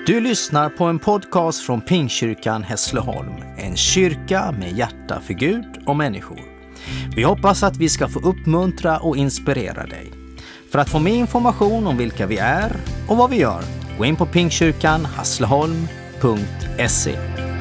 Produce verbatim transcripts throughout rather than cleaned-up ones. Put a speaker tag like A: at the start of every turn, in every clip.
A: Du lyssnar på en podcast från Pingstkyrkan Hässleholm, en kyrka med hjärta för Gud och människor. Vi hoppas att vi ska få uppmuntra och inspirera dig. För att få mer information om vilka vi är och vad vi gör, gå in på pingstkyrkan hässleholm punkt se.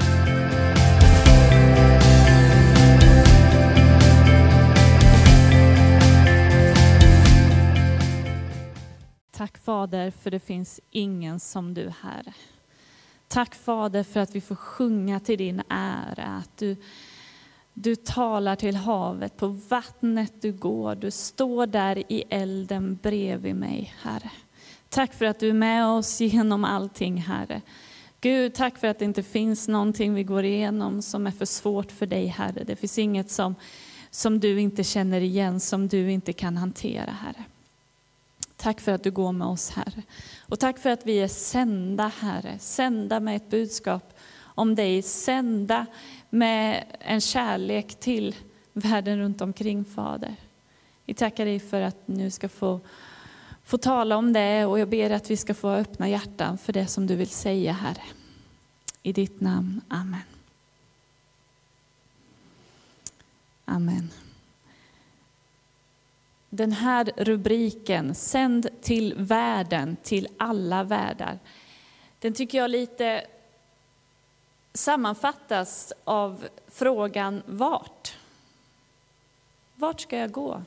B: Tack Fader för det finns ingen som du, Herre. Tack Fader för att vi får sjunga till din ära. Att du, du talar till havet, på vattnet du går. Du står där i elden bredvid mig, Herre. Tack för att du är med oss genom allting, Herre. Gud, tack för att det inte finns någonting vi går igenom som är för svårt för dig, Herre. Det finns inget som, som du inte känner igen, som du inte kan hantera, Herre. Tack för att du går med oss, Herre. Och tack för att vi är sända, Herre. Sända med ett budskap om dig. Sända med en kärlek till världen runt omkring, Fader. Vi tackar dig för att nu ska få, få tala om det. Och jag ber att vi ska få öppna hjärtan för det som du vill säga, Herre. I ditt namn. Amen. Amen. Den här rubriken, sänd till världen, till alla världar, den tycker jag lite sammanfattas av frågan vart? Vart ska jag gå?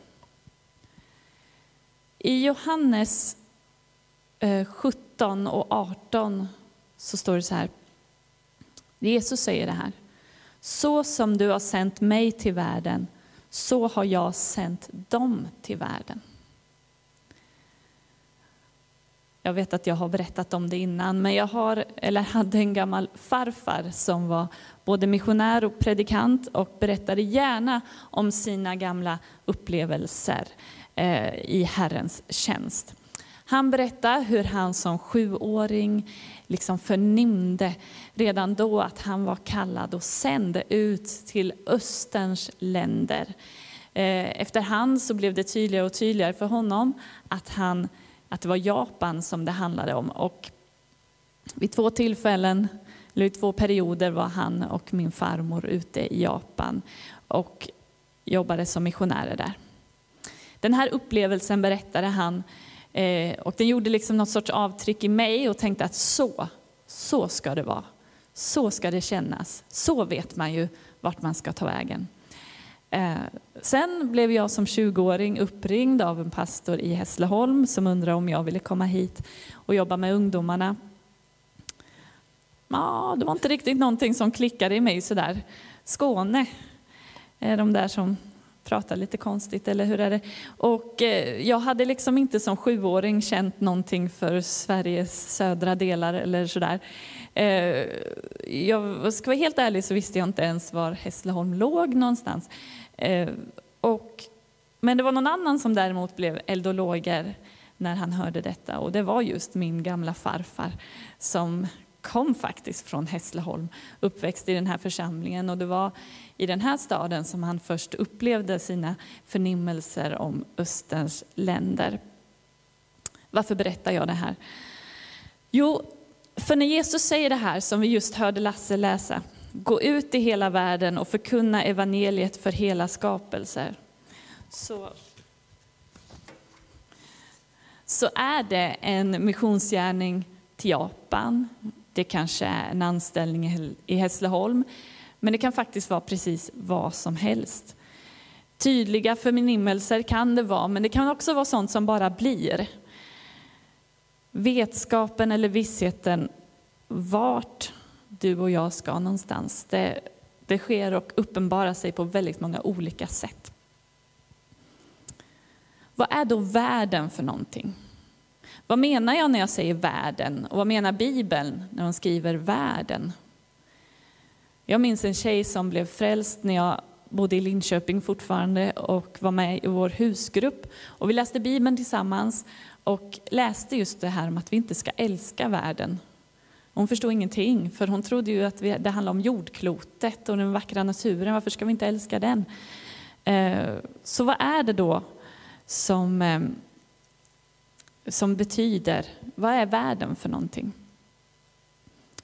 B: I Johannes sjutton och arton så står det så här. Jesus säger det här. Så som du har sänt mig till världen, så har jag sänt dem till världen. Jag vet att jag har berättat om det innan, men jag har, eller hade en gammal farfar som var både missionär och predikant och berättade gärna om sina gamla upplevelser eh, i Herrens tjänst. Han berättade hur han som sjuåring liksom förnimde redan då att han var kallad och sände ut till Österns länder. Efterhand så blev det tydligare och tydligare för honom att, han, att det var Japan som det handlade om. Och vid två tillfällen, eller vid två perioder var han och min farmor ute i Japan och jobbade som missionärer där. Den här upplevelsen berättade han. Och den gjorde liksom något sorts avtryck i mig och tänkte att så, så ska det vara. Så ska det kännas. Så vet man ju vart man ska ta vägen. Sen blev jag som tjugoåring uppringd av en pastor i Hässleholm som undrade om jag ville komma hit och jobba med ungdomarna. Ja, det var inte riktigt någonting som klickade i mig sådär. Skåne är de där som pratar lite konstigt, eller hur är det? Och eh, jag hade liksom inte som sjuåring känt någonting för Sveriges södra delar eller sådär. Eh, jag ska vara helt ärlig så visste jag inte ens var Hässleholm låg någonstans. Eh, och, men det var någon annan som däremot blev eld och lågor när han hörde detta. Och det var just min gamla farfar som kom faktiskt från Hässleholm, uppväxt i den här församlingen. Och det var i den här staden som han först upplevde sina förnimmelser om Österns länder. Varför berättar jag det här? Jo, för när Jesus säger det här som vi just hörde Lasse läsa. Gå ut i hela världen och förkunna evangeliet för hela skapelser. Så, så är det en missionsgärning till Japan. Det kanske är en anställning i Hässleholm. Men det kan faktiskt vara precis vad som helst. Tydliga förnimmelser kan det vara, men det kan också vara sånt som bara blir. Vetskapen eller vissheten vart du och jag ska någonstans. Det, det sker och uppenbarar sig på väldigt många olika sätt. Vad är då världen för någonting? Vad menar jag när jag säger världen? Och vad menar Bibeln när de skriver världen? Jag minns en tjej som blev frälst när jag bodde i Linköping fortfarande och var med i vår husgrupp. Och vi läste Bibeln tillsammans och läste just det här om att vi inte ska älska världen. Hon förstod ingenting, för hon trodde ju att vi, det handlar om jordklotet och den vackra naturen. Varför ska vi inte älska den? Eh, så vad är det då som, eh, som betyder, vad är världen för någonting?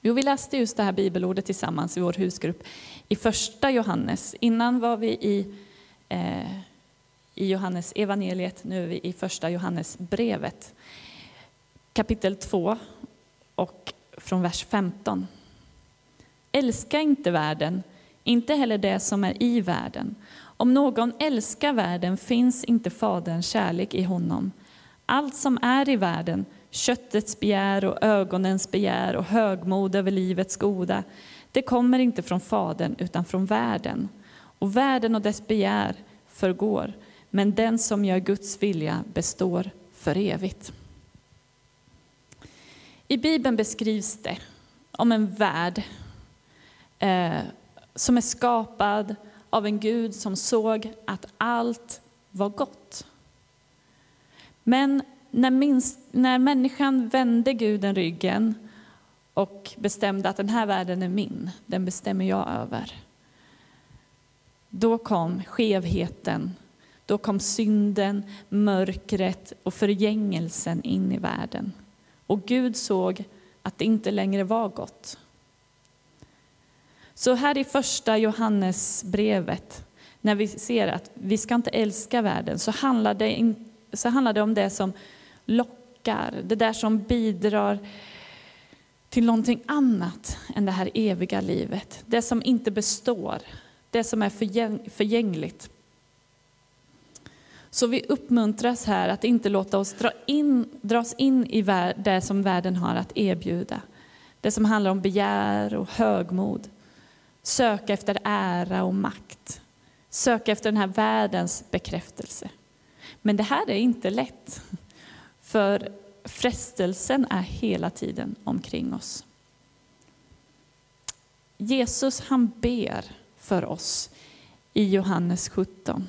B: Jo, vi läste just det här bibelordet tillsammans i vår husgrupp i första Johannes. Innan var vi i, eh, i Johannes evangeliet, nu är vi i första Johannes brevet. Kapitel två och från vers femton. Älska inte världen, inte heller det som är i världen. Om någon älskar världen finns inte faderns kärlek i honom. Allt som är i världen, köttets begär och ögonens begär och högmod över livets goda, det kommer inte från fadern utan från världen. Och världen och dess begär förgår, men den som gör Guds vilja består för evigt. I Bibeln beskrivs det om en värld eh, som är skapad av en Gud som såg att allt var gott. Men när, minst, när människan vände Guden ryggen och bestämde att den här världen är min, den bestämmer jag över. Då kom skevheten, då kom synden, mörkret och förgängelsen in i världen. Och Gud såg att det inte längre var gott. Så här i första Johannes brevet, när vi ser att vi ska inte älska världen, så handlar det, in, så handlar det om det som lockar, det där som bidrar till någonting annat än det här eviga livet. Det som inte består, det som är förgängligt. Så vi uppmuntras här att inte låta oss dra in, dras in i det som världen har att erbjuda. Det som handlar om begär och högmod. Söka efter ära och makt. Söka efter den här världens bekräftelse. Men det här är inte lätt. För frestelsen är hela tiden omkring oss. Jesus, han ber för oss i Johannes sjutton.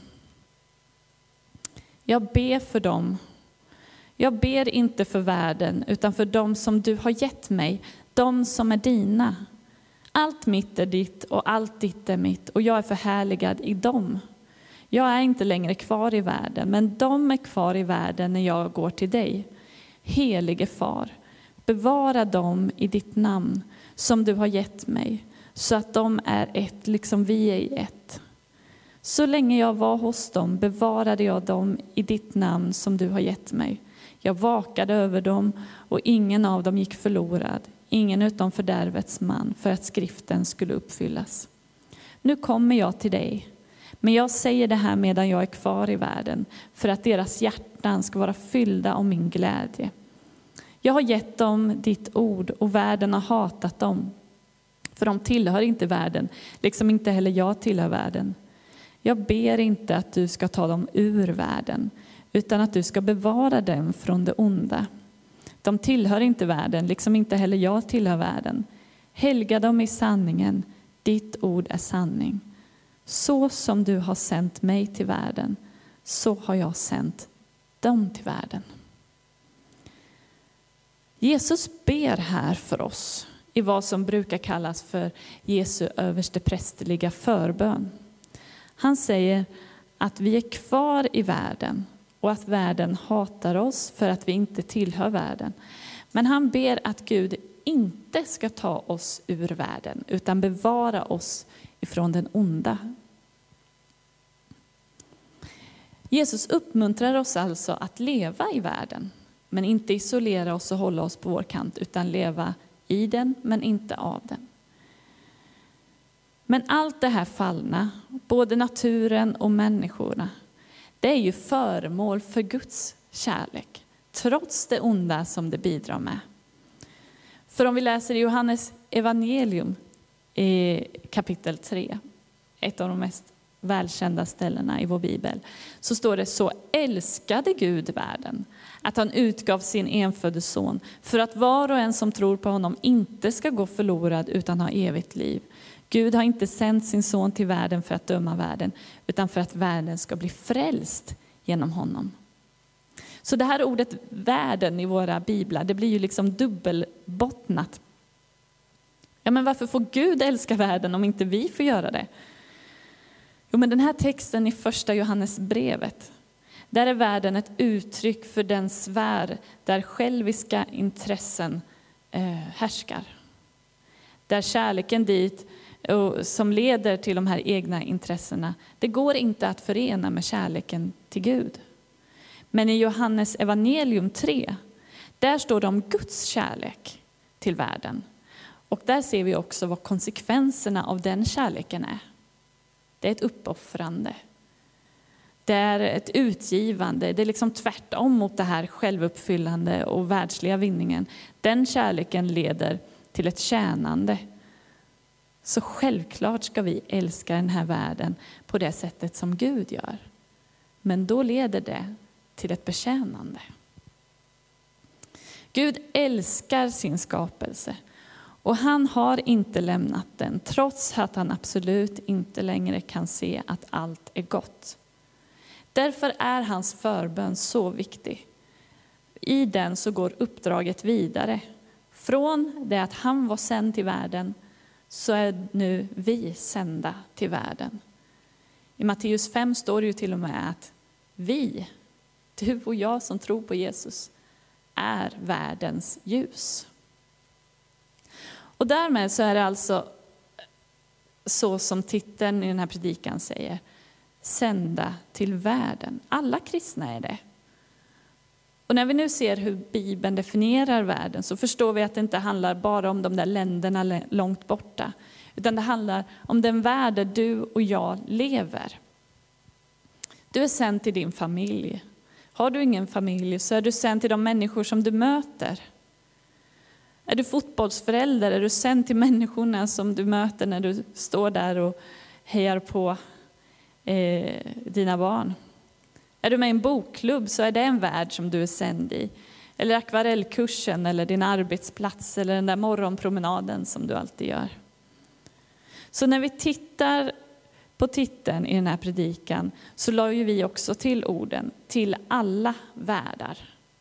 B: Jag ber för dem. Jag ber inte för världen utan för dem som du har gett mig. De som är dina. Allt mitt är ditt och allt ditt är mitt och jag är förhärligad i dem. Jag är inte längre kvar i världen, men de är kvar i världen när jag går till dig. Helige far, bevara dem i ditt namn som du har gett mig, så att de är ett liksom vi är ett. Så länge jag var hos dem bevarade jag dem i ditt namn som du har gett mig. Jag vakade över dem och ingen av dem gick förlorad. Ingen utom fördärvets man, för att skriften skulle uppfyllas. Nu kommer jag till dig, men jag säger det här medan jag är kvar i världen, för att deras hjärtan ska vara fyllda av min glädje. Jag har gett dem ditt ord och världen har hatat dem, för de tillhör inte världen, liksom inte heller jag tillhör världen. Jag ber inte att du ska ta dem ur världen, utan att du ska bevara dem från det onda. De tillhör inte världen, liksom inte heller jag tillhör världen. Helga dem i sanningen, ditt ord är sanning. Så som du har sänt mig till världen, så har jag sänt dem till världen. Jesus ber här för oss i vad som brukar kallas för Jesu översteprästerliga förbön. Han säger att vi är kvar i världen och att världen hatar oss för att vi inte tillhör världen. Men han ber att Gud inte ska ta oss ur världen utan bevara oss ifrån den onda. Jesus uppmuntrar oss alltså att leva i världen, men inte isolera oss och hålla oss på vår kant, utan leva i den men inte av den. Men allt det här fallna, både naturen och människorna, det är ju föremål för Guds kärlek, trots det onda som det bidrar med. För om vi läser i Johannes evangelium i kapitel tre, ett av de mest välkända ställena i vår bibel, så står det: så älskade Gud världen att han utgav sin enfödde son för att var och en som tror på honom inte ska gå förlorad utan ha evigt liv. Gud har inte sänt sin son till världen för att döma världen, utan för att världen ska bli frälst genom honom. Så det här ordet världen i våra biblar, det blir ju liksom dubbelbottnat. Ja, men varför får Gud älska världen om inte vi får göra det? Jo, men den här texten i första Johannes brevet, där är världen ett uttryck för den sfär där själviska intressen eh, härskar. där kärleken dit och som leder till de här egna intressena, det går inte att förena med kärleken till Gud. Men i Johannes evangelium tre, där står det om Guds kärlek till världen. Och där ser vi också vad konsekvenserna av den kärleken är. Det är ett uppoffrande. Det är ett utgivande. Det är liksom tvärtom mot det här självuppfyllande och världsliga vinningen. Den kärleken leder till ett tjänande. Så självklart ska vi älska den här världen på det sättet som Gud gör. Men då leder det till ett betjänande. Gud älskar sin skapelse. Och han har inte lämnat den, trots att han absolut inte längre kan se att allt är gott. Därför är hans förbön så viktig. I den så går uppdraget vidare. Från det att han var sänd till världen, så är nu vi sända till världen. I Matteus fem står det ju till och med att vi, du och jag som tror på Jesus, är världens ljus. Och därmed så är det alltså så som titeln i den här predikan säger. Sända till världen. Alla kristna är det. Och när vi nu ser hur Bibeln definierar världen, så förstår vi att det inte handlar bara om de där länderna långt borta. Utan det handlar om den värld där du och jag lever. Du är sänd till din familj. Har du ingen familj så är du sänd till de människor som du möter. Är du fotbollsförälder är du sänd till människorna som du möter när du står där och hejar på eh, dina barn. Är du med i en bokklubb så är det en värld som du är sänd i. Eller akvarellkursen eller din arbetsplats eller den där morgonpromenaden som du alltid gör. Så när vi tittar på titeln i den här predikan så la ju vi också till orden till alla världar.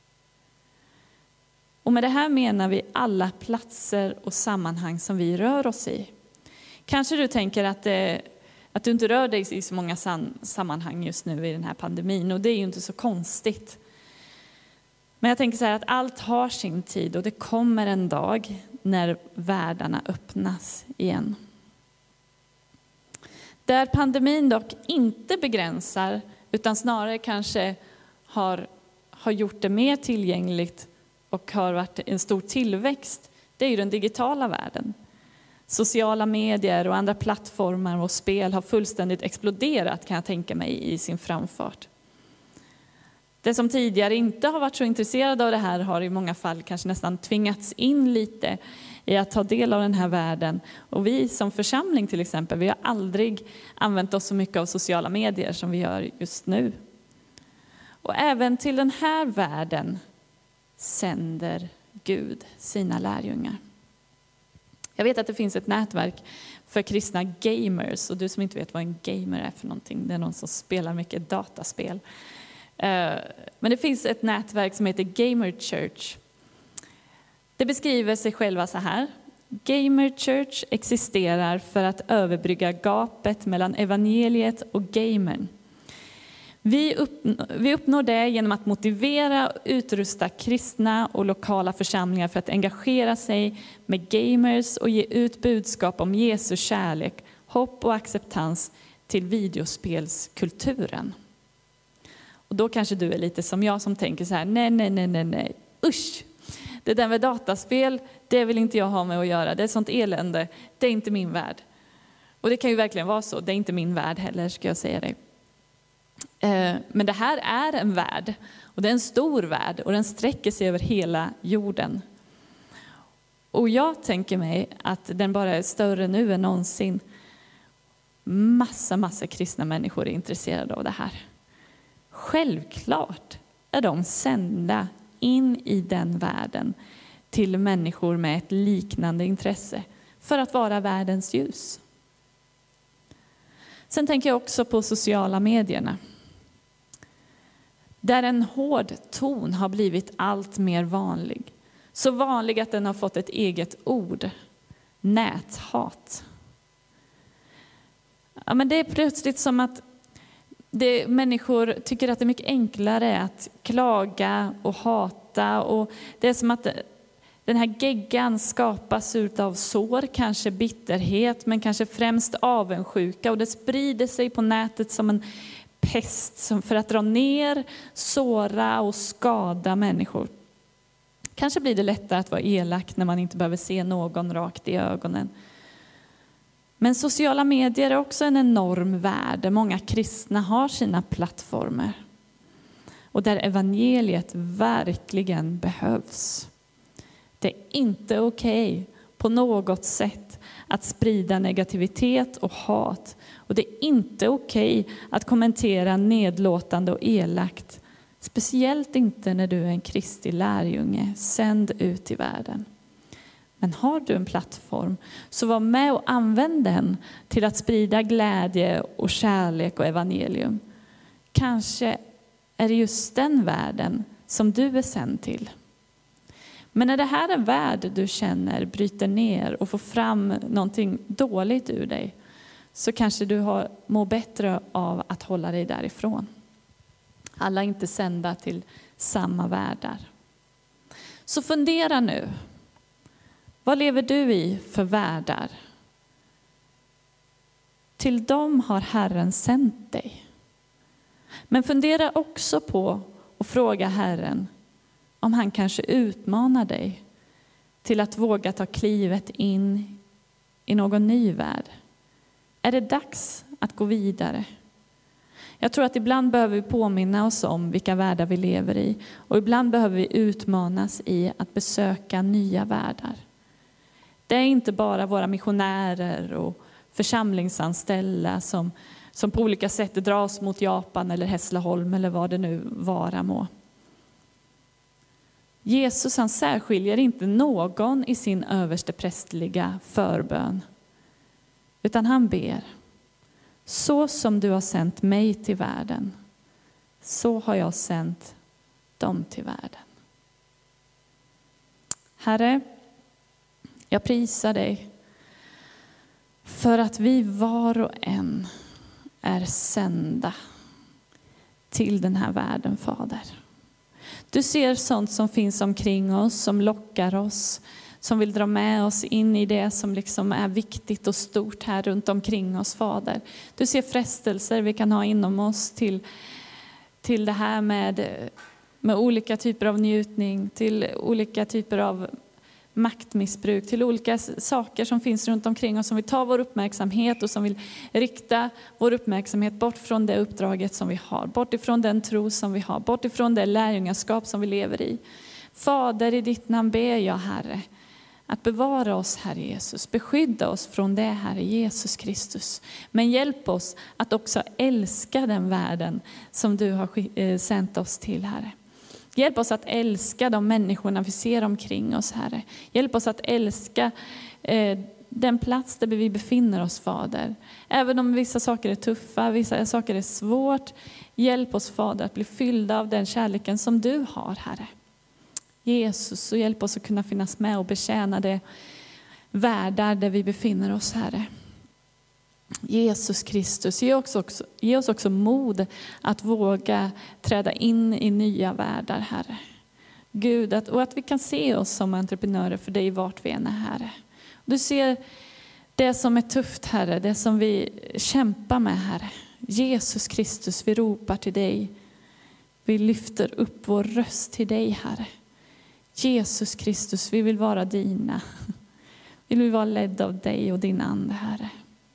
B: Och med det här menar vi alla platser och sammanhang som vi rör oss i. Kanske du tänker att, det, att du inte rör dig i så många sammanhang just nu i den här pandemin. Och det är ju inte så konstigt. Men jag tänker så här att allt har sin tid och det kommer en dag när världarna öppnas igen. Där pandemin dock inte begränsar utan snarare kanske har, har gjort det mer tillgängligt och har varit en stor tillväxt, det är ju den digitala världen. Sociala medier och andra plattformar och spel har fullständigt exploderat, kan jag tänka mig, i sin framfart. Det som tidigare inte har varit så intresserade av det här har i många fall kanske nästan tvingats in lite i att ta del av den här världen. Och vi som församling till exempel, vi har aldrig använt oss så mycket av sociala medier som vi gör just nu. Och även till den här världen sänder Gud sina lärjungar. Jag vet att det finns ett nätverk för kristna gamers. Och du som inte vet vad en gamer är för någonting, det är någon som spelar mycket dataspel. Men det finns ett nätverk som heter Gamer Church. Det beskriver sig själva så här. Gamer Church existerar för att överbrygga gapet mellan evangeliet och gamern. Vi, uppnår, vi uppnår det genom att motivera och utrusta kristna och lokala församlingar för att engagera sig med gamers och ge ut budskap om Jesu kärlek, hopp och acceptans till videospelskulturen. Och då kanske du är lite som jag som tänker så här, nej, nej, nej, nej, nej, usch. Det där med dataspel, det vill inte jag ha med att göra. Det är sånt elände, det är inte min värld. Och det kan ju verkligen vara så, det är inte min värld heller, ska jag säga dig. Men det här är en värld, och det är en stor värld, och den sträcker sig över hela jorden. Och jag tänker mig att den bara är större nu än någonsin. Massa, massa kristna människor är intresserade av det här. Självklart är de sända in i den världen till människor med ett liknande intresse för att vara världens ljus. Sen tänker jag också på sociala medierna. Där en hård ton har blivit allt mer vanlig. Så vanlig att den har fått ett eget ord. Näthat. Ja, men det är plötsligt som att det, människor tycker att det är mycket enklare att klaga och hata. Och det är som att Den här geggan skapas av sår, kanske bitterhet, men kanske främst avundsjuka. Och det sprider sig på nätet som en pest som för att dra ner, såra och skada människor. Kanske blir det lättare att vara elak när man inte behöver se någon rakt i ögonen. Men sociala medier är också en enorm värld där många kristna har sina plattformar. Och där evangeliet verkligen behövs. Det är inte okej på något sätt att sprida negativitet och hat. Och det är inte okej att kommentera nedlåtande och elakt. Speciellt inte när du är en Kristi lärjunge, sänd ut i världen. Men har du en plattform, så var med och använd den till att sprida glädje och kärlek och evangelium. Kanske är det just den världen som du är sänd till. Men när det här är en värld du känner bryter ner och får fram någonting dåligt ur dig, så kanske du har, mår bättre av att hålla dig därifrån. Alla är inte sända till samma världar. Så fundera nu. Vad lever du i för världar? Till dem har Herren sänt dig. Men fundera också på och fråga Herren om han kanske utmanar dig till att våga ta klivet in i någon ny värld. Är det dags att gå vidare? Jag tror att ibland behöver vi påminna oss om vilka världar vi lever i. Och ibland behöver vi utmanas i att besöka nya världar. Det är inte bara våra missionärer och församlingsanställda som, som på olika sätt dras mot Japan eller Hässleholm eller vad det nu vara må. Jesus han särskiljer inte någon i sin översteprästliga förbön. Utan han ber: så som du har sänt mig till världen, så har jag sänt dem till världen. Herre, jag prisar dig för att vi var och en är sända till den här världen, Fader. Du ser sånt som finns omkring oss, som lockar oss, som vill dra med oss in i det som liksom är viktigt och stort här runt omkring oss, Fader. Du ser frestelser vi kan ha inom oss till, till det här med, med olika typer av njutning, till olika typer av maktmissbruk, till olika saker som finns runt omkring oss som vill ta vår uppmärksamhet och som vill rikta vår uppmärksamhet bort från det uppdraget som vi har, bort ifrån den tro som vi har, bort ifrån det lärjungaskap som vi lever i. Fader, i ditt namn ber jag, Herre, att bevara oss, Herre Jesus. Beskydda oss från det, Herre Jesus Kristus. Men hjälp oss att också älska den världen som du har sänt oss till, Herre. Hjälp oss att älska de människorna vi ser omkring oss, Herre. Hjälp oss att älska eh, den plats där vi befinner oss, Fader. Även om vissa saker är tuffa, vissa saker är svårt. Hjälp oss, Fader, att bli fyllda av den kärleken som du har, Herre. Jesus, och hjälp oss att kunna finnas med och betjäna det världar där vi befinner oss, Herre. Jesus Kristus, ge oss, också, ge oss också mod att våga träda in i nya världar, Herre. Gud, att, och att vi kan se oss som entreprenörer för dig vart vi än är, Herre. Du ser det som är tufft, Herre, det som vi kämpar med, Herre. Jesus Kristus, vi ropar till dig. Vi lyfter upp vår röst till dig, Herre. Jesus Kristus, vi vill vara dina. Vi vill vara ledda av dig och din ande, Herre.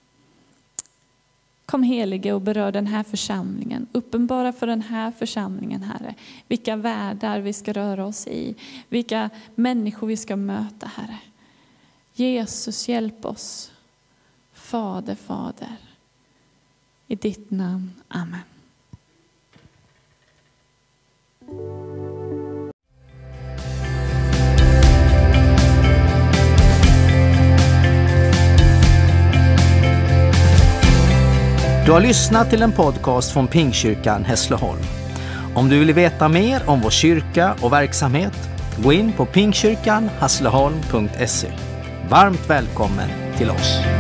B: Kom, helige, och berör den här församlingen. Uppenbara för den här församlingen, Herre, vilka världar vi ska röra oss i. Vilka människor vi ska möta, Herre. Jesus, hjälp oss. Fader, Fader. I ditt namn. Amen.
A: Du har lyssnat till en podcast från Pingstkyrkan Hässleholm. Om du vill veta mer om vår kyrka och verksamhet, gå in på pingstkyrkan hässleholm punkt se. Varmt välkommen till oss.